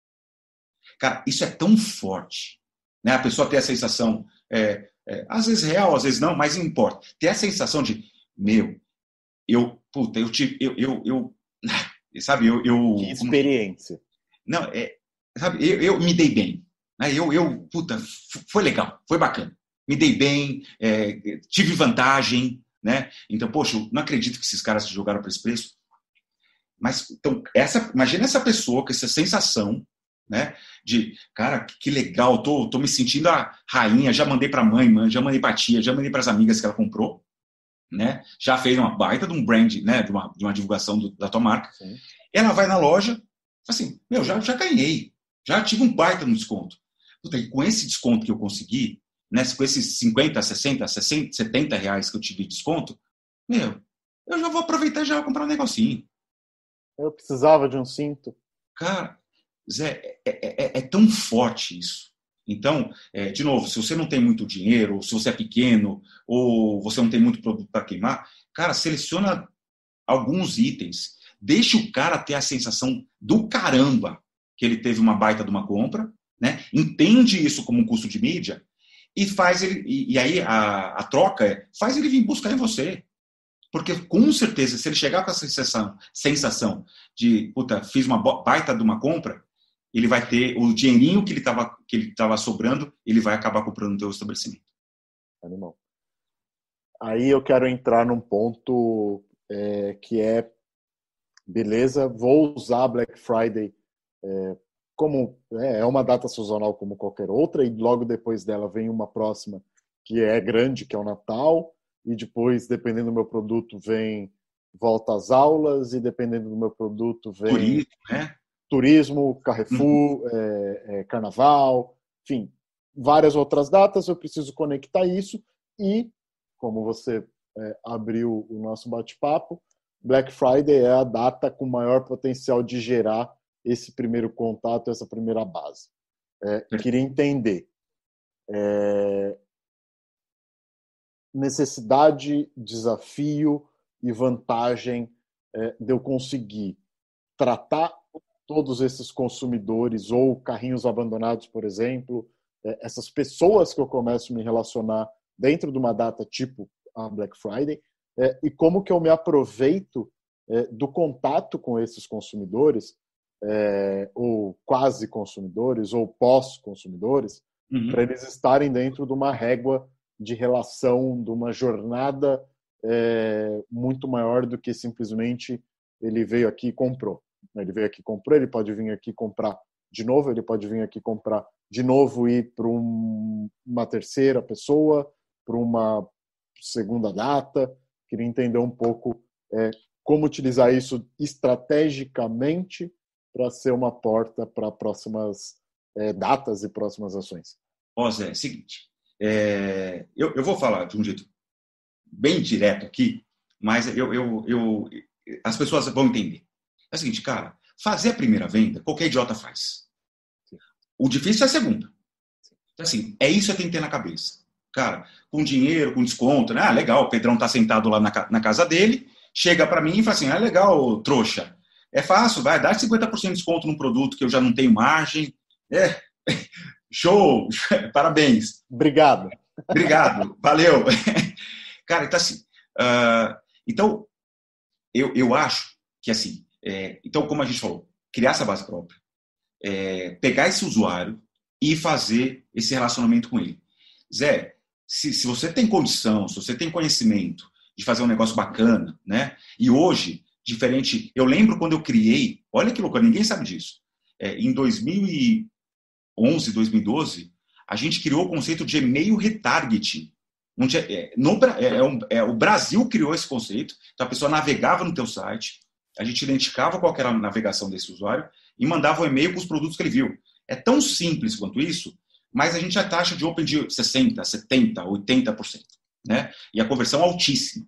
Speaker 2: Cara, isso é tão forte, né? A pessoa tem a sensação, é, é, às vezes real, às vezes não, mas não importa. Ter a sensação de, meu, eu, puta, eu tive, eu, eu, eu sabe, eu... eu
Speaker 1: que experiência.
Speaker 2: Como... Não, é, sabe, eu, eu me dei bem. Né? Eu, eu, puta, foi legal, foi bacana. Me dei bem, é, tive vantagem, né? Então, poxa, eu não acredito que esses caras se jogaram para esse preço. Mas, então, essa, imagina essa pessoa com essa sensação, né? De, cara, que legal, tô, tô me sentindo a rainha, já mandei pra mãe, mãe, já mandei pra tia, já mandei pras amigas que ela comprou, né? Já fez uma baita de um brand, né? De uma, de uma divulgação do, da tua marca. Sim. Ela vai na loja, assim, meu, já, já ganhei, já tive um baita no desconto. Puta, e com esse desconto que eu consegui, né? Com esses cinquenta, sessenta, sessenta, setenta reais que eu tive de desconto, meu, eu já vou aproveitar e já vou comprar um negocinho.
Speaker 1: Eu precisava de um cinto.
Speaker 2: Cara, Zé, é, é, é tão forte isso. Então, é, de novo, se você não tem muito dinheiro, ou se você é pequeno, ou você não tem muito produto para queimar, cara, seleciona alguns itens. Deixa o cara ter a sensação do caramba que ele teve uma baita de uma compra, né? Entende isso como um custo de mídia e faz ele. E, e aí a, a troca é faz ele vir buscar em você. Porque, com certeza, se ele chegar com essa sensação, sensação de, puta, fiz uma baita de uma compra, ele vai ter o dinheirinho que ele estava que ele tava sobrando, ele vai acabar comprando no teu estabelecimento.
Speaker 1: Animal. Aí eu quero entrar num ponto é, que é, beleza, vou usar Black Friday é, como é, é uma data sazonal como qualquer outra, e logo depois dela vem uma próxima que é grande, que é o Natal, e depois, dependendo do meu produto, vem volta às aulas, e dependendo do meu produto, vem
Speaker 2: turismo, né?
Speaker 1: Turismo, Carrefour, uhum. é, é, Carnaval, enfim, várias outras datas. Eu preciso conectar isso e, como você é, abriu o nosso bate-papo, Black Friday é a data com maior potencial de gerar esse primeiro contato, essa primeira base. É, queria entender é, necessidade, desafio e vantagem é, de eu conseguir tratar todos esses consumidores ou carrinhos abandonados, por exemplo, é, essas pessoas que eu começo a me relacionar dentro de uma data tipo a Black Friday, é, e como que eu me aproveito é, do contato com esses consumidores, é, ou quase consumidores, ou pós-consumidores, uhum. para eles estarem dentro de uma régua de relação, de uma jornada é, muito maior do que simplesmente ele veio aqui e comprou. Ele veio aqui e comprou, ele pode vir aqui comprar de novo, ele pode vir aqui comprar de novo e ir para um, uma terceira pessoa, para uma segunda data. Queria entender um pouco é, como utilizar isso estrategicamente para ser uma porta para próximas é, datas e próximas ações.
Speaker 2: Ó, Zé, é o seguinte, é, eu, eu vou falar de um jeito bem direto aqui, mas eu, eu, eu, as pessoas vão entender. É o seguinte, cara, fazer a primeira venda, qualquer idiota faz. O difícil é a segunda. Assim, é isso que tem que ter na cabeça. Cara, com dinheiro, com desconto, né? Ah, legal, o Pedrão tá sentado lá na, na casa dele, chega para mim e fala assim, ah, legal, trouxa. É fácil, vai, dá cinquenta por cento de desconto num produto que eu já não tenho margem. É, show, parabéns.
Speaker 1: Obrigado.
Speaker 2: Obrigado, valeu. Cara, então assim, uh, então, eu, eu acho que assim, é, então, como a gente falou, criar essa base própria, é, pegar esse usuário e fazer esse relacionamento com ele. Zé, se, se você tem condição, se você tem conhecimento de fazer um negócio bacana, né? E hoje, diferente, eu lembro quando eu criei, olha que loucura, ninguém sabe disso. É, em dois mil e onze, dois mil e doze, a gente criou o conceito de e-mail retargeting. Não tinha, é, no, é, é um, é, o Brasil criou esse conceito, então a pessoa navegava no teu site, a gente identificava qual era a navegação desse usuário e mandava um e-mail com os produtos que ele viu. É tão simples quanto isso, mas a gente a taxa de open de sessenta por cento, setenta por cento, oitenta por cento. Né? E a conversão altíssima.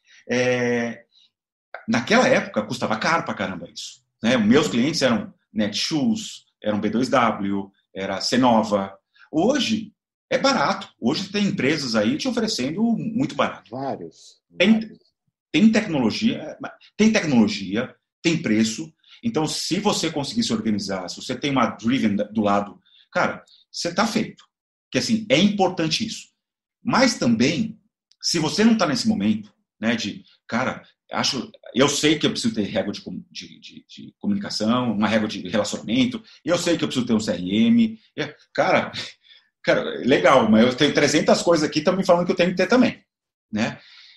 Speaker 2: É, naquela época, custava caro pra caramba isso. Né? Meus clientes eram Netshoes, eram B dois W, era Cenova. Hoje, é barato. Hoje tem empresas aí te oferecendo muito barato.
Speaker 1: Vários.
Speaker 2: Tem,
Speaker 1: vários.
Speaker 2: tem tecnologia, tem tecnologia, tem preço. Então, se você conseguir se organizar, se você tem uma Driven do lado, cara, você está feito. Porque, assim, é importante isso. Mas também, se você não está nesse momento, né, de, cara, acho, eu sei que eu preciso ter régua de, de, de, de comunicação, uma régua de relacionamento, eu sei que eu preciso ter um C R M. Cara, cara, legal, mas eu tenho trezentas coisas aqui, estão me falando que eu tenho que ter também. Né?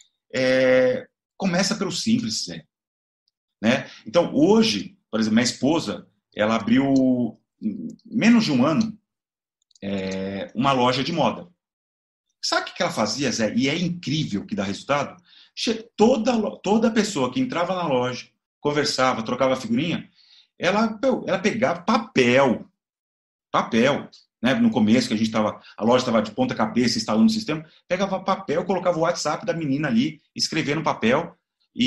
Speaker 2: É, começa pelo simples, Zé. Né? Então, hoje, por exemplo, minha esposa, ela abriu, em menos de um ano, é, uma loja de moda. Sabe o que ela fazia, Zé? E é incrível que dá resultado. Toda, toda pessoa que entrava na loja, conversava, trocava figurinha, ela, ela pegava papel, papel, né? No começo que a gente estava, a loja estava de ponta cabeça instalando o sistema, pegava papel, colocava o WhatsApp da menina ali, escrevia no papel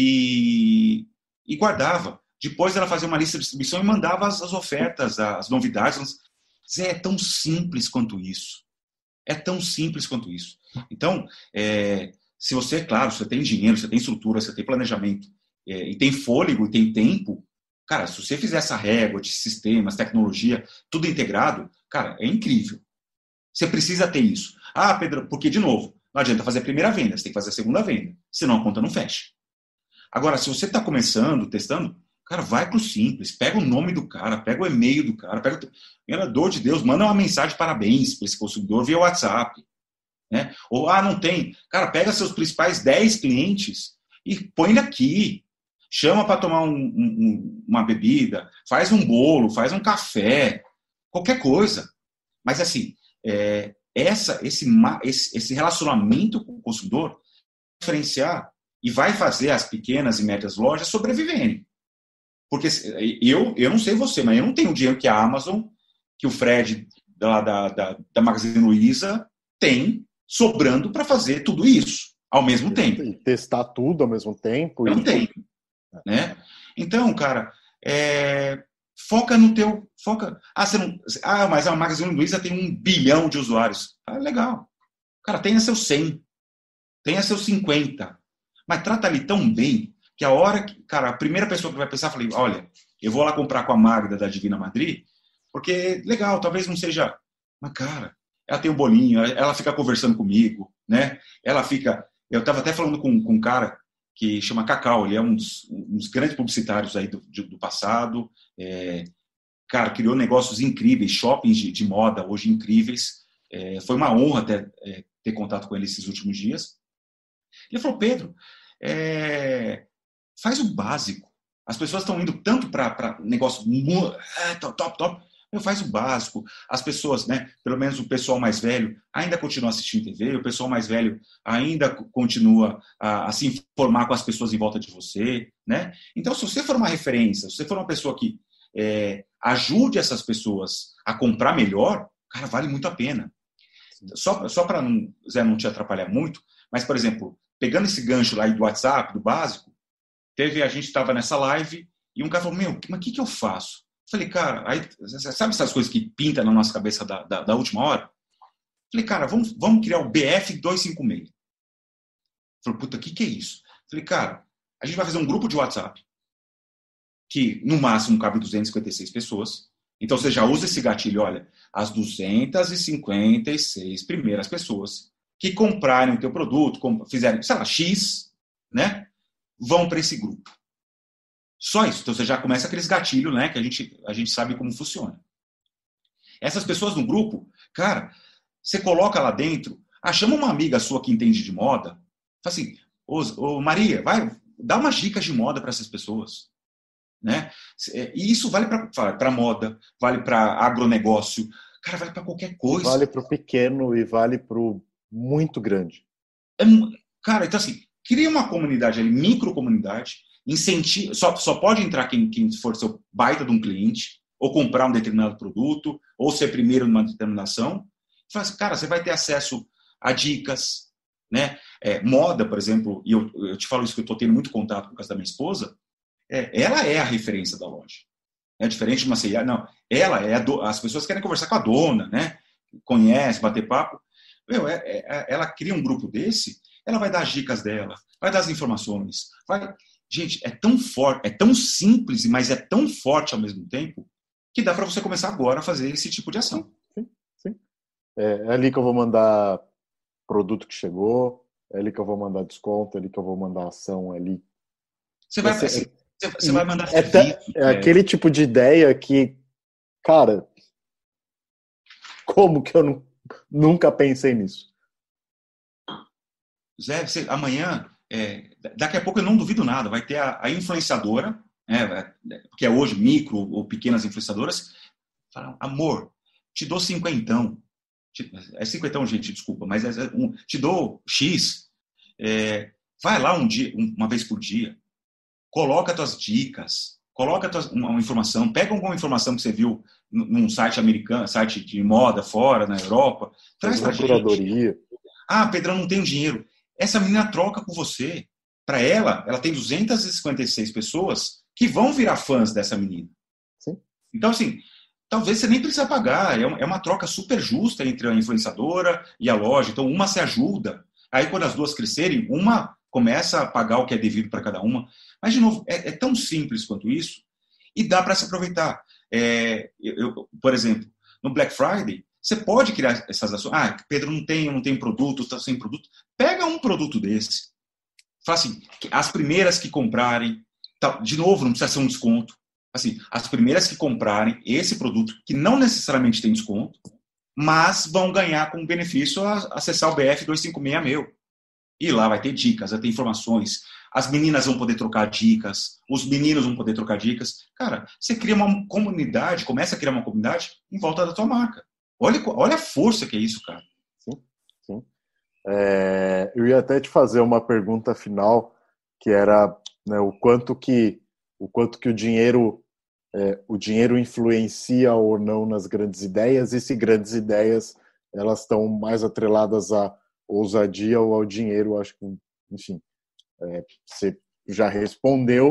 Speaker 2: e, e guardava. Depois ela fazia uma lista de distribuição e mandava as, as ofertas, as novidades. Zé, é tão simples quanto isso. É tão simples quanto isso. Então, é, se você, claro, você tem dinheiro, você tem estrutura, você tem planejamento, é, e tem fôlego, e tem tempo, cara, se você fizer essa régua de sistemas, tecnologia, tudo integrado, cara, é incrível. Você precisa ter isso. Ah, Pedro, porque, de novo, não adianta fazer a primeira venda, você tem que fazer a segunda venda, senão a conta não fecha. Agora, se você está começando, testando, cara, vai pro simples, pega o nome do cara, pega o e-mail do cara, pega o... Pelo amor de Deus, manda uma mensagem de parabéns para esse consumidor via WhatsApp. Né? Ou, ah, não tem. Cara, pega seus principais dez clientes e põe ele aqui. Chama para tomar um, um, uma bebida, faz um bolo, faz um café, qualquer coisa. Mas, assim, é, essa, esse, esse, esse relacionamento com o consumidor vai diferenciar e vai fazer as pequenas e médias lojas sobreviverem. Porque eu, eu não sei você, mas eu não tenho o dinheiro que a Amazon, que o Fred da, da, da, da Magazine Luiza tem sobrando para fazer tudo isso ao mesmo tempo.
Speaker 1: E testar tudo ao mesmo tempo.
Speaker 2: Eu
Speaker 1: e...
Speaker 2: não tenho. Né? Então, cara, é, Foca no teu... Foca, ah, você não, ah, mas a Magazine Luiza tem um bilhão de usuários. Ah, legal. Cara, tenha seus cem. Tenha seus cinquenta. Mas trata ali tão bem que a hora que... Cara, a primeira pessoa que vai pensar, eu falei, olha, eu vou lá comprar com a Magda da Divina Madrid, porque, legal, talvez não seja... Mas, cara, ela tem um bolinho, ela fica conversando comigo, né? Ela fica... Eu estava até falando com, com um cara que chama Cacau, ele é um dos, um dos grandes publicitários aí do, do passado. É, cara, criou negócios incríveis, shoppings de, de moda hoje incríveis. É, foi uma honra ter, é, ter contato com ele esses últimos dias. Ele falou, Pedro, é, faz o básico. As pessoas estão indo tanto para negócio é, top, top. Eu faz o básico. As pessoas, né, pelo menos o pessoal mais velho, ainda continua assistindo T V, o pessoal mais velho ainda continua a, a se informar com as pessoas em volta de você, né? Então, se você for uma referência, se você for uma pessoa que é, ajude essas pessoas a comprar melhor, cara, vale muito a pena. Só, só para não, Zé, não te atrapalhar muito, mas, por exemplo, pegando esse gancho lá do WhatsApp, do básico, teve, a gente estava nessa live e um cara falou, meu, mas o que, que eu faço? Falei, cara, aí, sabe essas coisas que pintam na nossa cabeça da, da, da última hora? Falei, cara, vamos, vamos criar o B F duzentos e cinquenta e seis. Falei, puta, o que, que é isso? Falei, cara, a gente vai fazer um grupo de WhatsApp que, no máximo, cabe duzentas e cinquenta e seis pessoas. Então, você já usa esse gatilho, olha, as duzentas e cinquenta e seis primeiras pessoas que comprarem o teu produto, fizerem, sei lá, X, né, vão para esse grupo. Só isso. Então, você já começa aqueles gatilhos, né, que a gente, a gente sabe como funciona. Essas pessoas no grupo, cara, você coloca lá dentro, ah, chama uma amiga sua que entende de moda, fala assim, ô, ô Maria, vai, dá umas dicas de moda para essas pessoas. Né? E isso vale para moda, vale para agronegócio, cara, vale para qualquer coisa.
Speaker 1: Vale para o pequeno e vale para o muito grande.
Speaker 2: É, cara, então assim, cria uma comunidade ali, microcomunidade, incentiva, só, só pode entrar quem, quem for seu baita de um cliente, ou comprar um determinado produto, ou ser primeiro numa determinação. Fala assim, cara, você vai ter acesso a dicas, né? É, moda, por exemplo, e eu, eu te falo isso que eu estou tendo muito contato por causa da minha esposa, é, ela é a referência da loja. É diferente de uma C e A, não. Ela é a do, as pessoas querem conversar com a dona, né? Conhece, bater papo. Meu, é, é, ela cria um grupo desse, ela vai dar as dicas dela, vai dar as informações. Vai... Gente, é tão forte, é tão simples, mas é tão forte ao mesmo tempo que dá para você começar agora a fazer esse tipo de ação.
Speaker 1: Sim, sim. É, é ali que eu vou mandar produto que chegou, é ali que eu vou mandar desconto, é ali que eu vou mandar ação, é ali.
Speaker 2: Você vai,
Speaker 1: você,
Speaker 2: você, você vai mandar
Speaker 1: é,
Speaker 2: serviço,
Speaker 1: é, é aquele tipo de ideia que, cara, como que eu não, nunca pensei nisso?
Speaker 2: Zé, você, amanhã, é, daqui a pouco eu não duvido nada, vai ter a, a influenciadora, né, que é hoje micro ou pequenas influenciadoras, falam, amor, te dou cinquentão. É cinquentão, gente, desculpa, mas é um, te dou X, é, vai lá um dia, uma vez por dia, coloca tuas dicas, coloca tuas, uma, uma informação, pega alguma informação que você viu num site americano, site de moda fora, na Europa, traz pra gente.
Speaker 1: Curadoria.
Speaker 2: Ah, Pedrão, não tem dinheiro. Essa menina troca com você. Para ela, ela tem duzentas e cinquenta e seis pessoas que vão virar fãs dessa menina.
Speaker 1: Sim.
Speaker 2: Então, assim, talvez você nem precisa pagar. É uma, é uma troca super justa entre a influenciadora e a loja. Então, uma se ajuda. Aí, quando as duas crescerem, uma começa a pagar o que é devido para cada uma. Mas, de novo, é, é tão simples quanto isso e dá para se aproveitar. É, eu, eu, por exemplo, no Black Friday, você pode criar essas ações. Ah, Pedro, não tem, não tem produto, está sem produto. Pega um produto desse. Fala assim, as primeiras que comprarem, tá, de novo, não precisa ser um desconto. Assim, as primeiras que comprarem esse produto, que não necessariamente tem desconto, mas vão ganhar como benefício a acessar o B F duzentos e cinquenta e seis meu. E lá vai ter dicas, vai ter informações. As meninas vão poder trocar dicas, os meninos vão poder trocar dicas. Cara, você cria uma comunidade, começa a criar uma comunidade em volta da tua marca. Olha, olha a força que é isso, cara.
Speaker 1: Sim, sim. É, eu ia até te fazer uma pergunta final, que era, né, o quanto que o quanto que o dinheiro é, o dinheiro influencia ou não nas grandes ideias, e se grandes ideias elas estão mais atreladas à ousadia ou ao dinheiro. Acho que, enfim, é, você já respondeu,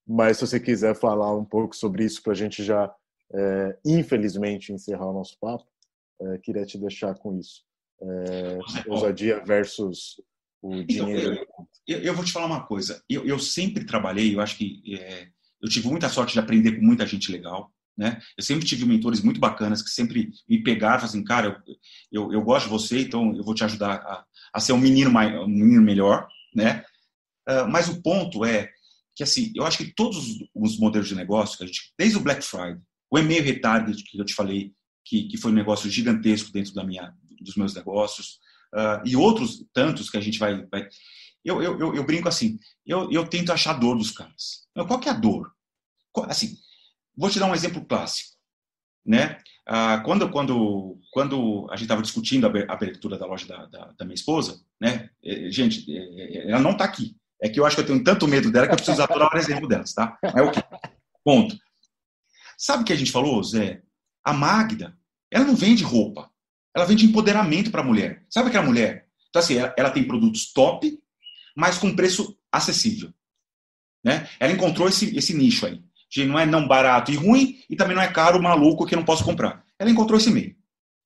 Speaker 1: mas se você quiser falar um pouco sobre isso para a gente já, é, infelizmente, encerrar o nosso papo, é, queria te deixar com isso. É, ousadia versus o dinheiro.
Speaker 2: Então, eu, eu vou te falar uma coisa. Eu, eu sempre trabalhei, eu acho que é, eu tive muita sorte de aprender com muita gente legal, né? Eu sempre tive mentores muito bacanas que sempre me pegaram e falaram assim, cara, eu, eu, eu gosto de você, então eu vou te ajudar a, a ser um menino, mais, um menino melhor, né? Uh, mas o ponto é que, assim, eu acho que todos os modelos de negócio, que a gente, desde o Black Friday, o e-mail retarget que eu te falei, que, que foi um negócio gigantesco dentro da minha, dos meus negócios, uh, e outros tantos que a gente vai... vai eu, eu, eu, eu brinco assim, eu, eu tento achar a dor dos caras. Qual que é a dor? Assim, vou te dar um exemplo clássico, né? Uh, quando, quando, quando a gente estava discutindo a abertura da loja da, da, da minha esposa, né? Gente, ela não está aqui. É que eu acho que eu tenho tanto medo dela que eu preciso adorar o exemplo delas, tá? É o quê? Ponto. Sabe o que a gente falou, Zé? A Magda, ela não vende roupa. Ela vende empoderamento para a mulher. Sabe aquela mulher? Então, assim, ela, ela tem produtos top, mas com preço acessível. Né? Ela encontrou esse, esse nicho aí. De não é não barato e ruim, e também não é caro, maluco, que eu não posso comprar. Ela encontrou esse meio.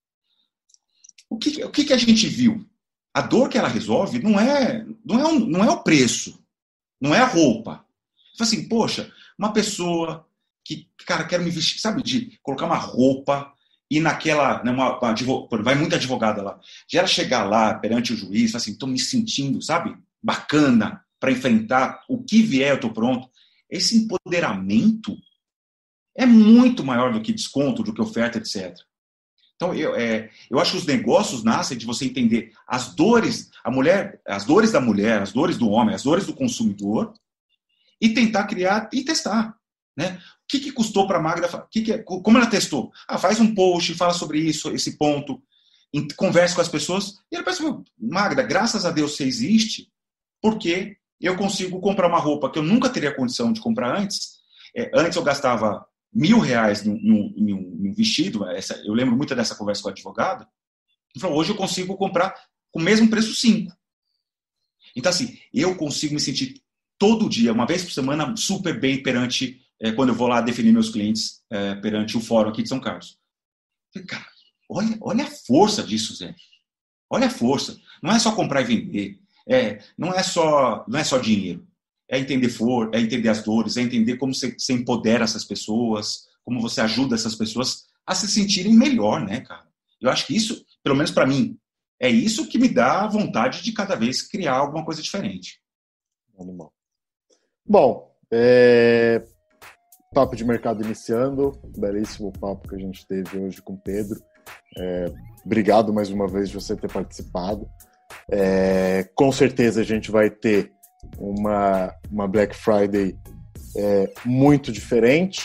Speaker 2: O que, o que, que a gente viu? A dor que ela resolve não é, não é, um, não é o preço, não é a roupa. Fala assim, poxa, uma pessoa que, cara, quero me vestir, sabe, de colocar uma roupa e naquela, né, uma, uma, vai muita advogada lá, de ela chegar lá perante o juiz, assim, estou me sentindo, sabe, bacana para enfrentar o que vier, eu estou pronto. Esse empoderamento é muito maior do que desconto, do que oferta, etcétera. Então, eu, é, eu acho que os negócios nascem de você entender as dores, a mulher, as dores da mulher, as dores do homem, as dores do consumidor, e tentar criar e testar. Né? O que, que custou para a Magda? Que que, como ela testou? Ah, faz um post, fala sobre isso, esse ponto, converse com as pessoas, e ela pensa, Magda, graças a Deus você existe, porque eu consigo comprar uma roupa que eu nunca teria condição de comprar antes. É, antes eu gastava mil reais num, num, num vestido, essa, eu lembro muito dessa conversa com o advogado, ele falou, hoje eu consigo comprar com o mesmo preço cinco. Então, assim, eu consigo me sentir todo dia, uma vez por semana, super bem perante, é, quando eu vou lá definir meus clientes, é, perante o fórum aqui de São Carlos. Falei, cara, olha, olha a força disso, Zé. Olha a força. Não é só comprar e vender. É, não, é só, não é só dinheiro. É entender for, é entender as dores, é entender como você, você empodera essas pessoas, como você ajuda essas pessoas a se sentirem melhor, né, cara? Eu acho que isso, pelo menos para mim, é isso que me dá vontade de cada vez criar alguma coisa diferente.
Speaker 1: Animal. Bom, é... papo de mercado iniciando, belíssimo papo que a gente teve hoje com o Pedro. É... Obrigado mais uma vez de você ter participado. É... Com certeza a gente vai ter uma, uma Black Friday é, muito diferente,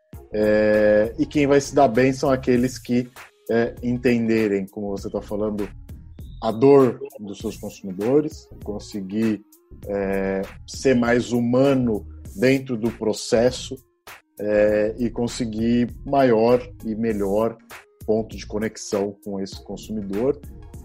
Speaker 1: é, e quem vai se dar bem são aqueles que é, entenderem, como você está falando, a dor dos seus consumidores, conseguir é, ser mais humano dentro do processo é, e conseguir maior e melhor ponto de conexão com esse consumidor.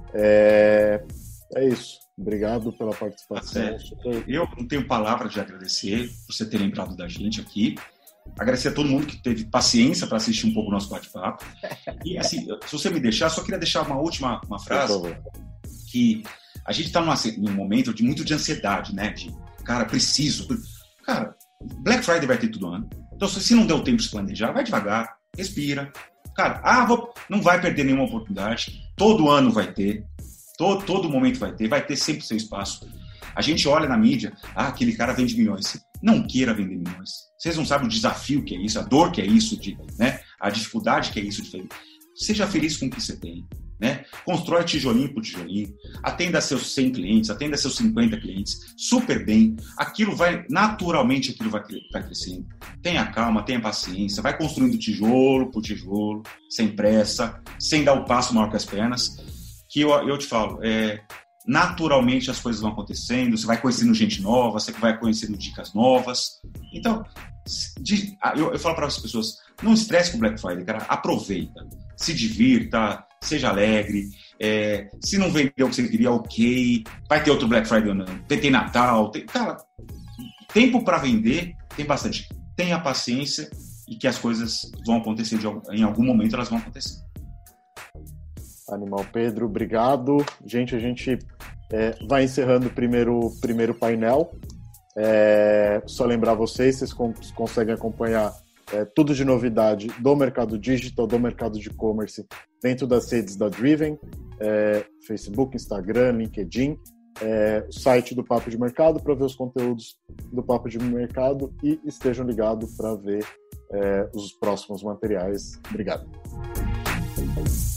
Speaker 1: É, é isso. Obrigado pela participação.
Speaker 2: Eu não tenho palavras de agradecer por você ter lembrado da gente aqui. Agradecer a todo mundo que teve paciência para assistir um pouco o nosso bate-papo. E, assim, se você me deixar, só queria deixar uma última uma frase, que a gente está num momento de muito de ansiedade, né? De, cara, preciso. Cara, Black Friday vai ter todo ano. Então, se não deu tempo de se planejar, vai devagar, respira. Cara, ah, vou, não vai perder nenhuma oportunidade. Todo ano vai ter. Todo, todo momento vai ter, vai ter sempre seu espaço. A gente olha na mídia, ah, aquele cara vende milhões. Não queira vender milhões. Vocês não sabem o desafio que é isso, a dor que é isso, de, né, a dificuldade que é isso de fazer. Seja feliz com o que você tem. Né? Constrói tijolinho por tijolinho, atenda seus cem clientes, atenda seus cinquenta clientes, super bem. Aquilo vai, naturalmente, aquilo vai, vai crescendo. Tenha calma, tenha paciência, vai construindo tijolo por tijolo, sem pressa, sem dar o passo maior que as pernas. Que eu, eu te falo, é, naturalmente as coisas vão acontecendo, você vai conhecendo gente nova, você vai conhecendo dicas novas. Então, de, eu, eu falo para as pessoas, não estresse com o Black Friday, cara, aproveita, se divirta, seja alegre, é, se não vendeu o que você queria, ok, vai ter outro Black Friday ou não, tem, tem Natal, tem, cara, tempo para vender tem bastante. Tenha paciência e que as coisas vão acontecer, de, em algum momento elas vão acontecer.
Speaker 1: Animal. Pedro, obrigado. Gente, a gente é, vai encerrando o primeiro, primeiro painel. É, só lembrar vocês, vocês conseguem acompanhar é, tudo de novidade do mercado digital, do mercado de e-commerce dentro das redes da Driven, é, Facebook, Instagram, LinkedIn, é, o site do Papo de Mercado para ver os conteúdos do Papo de Mercado e estejam ligados para ver é, os próximos materiais. Obrigado.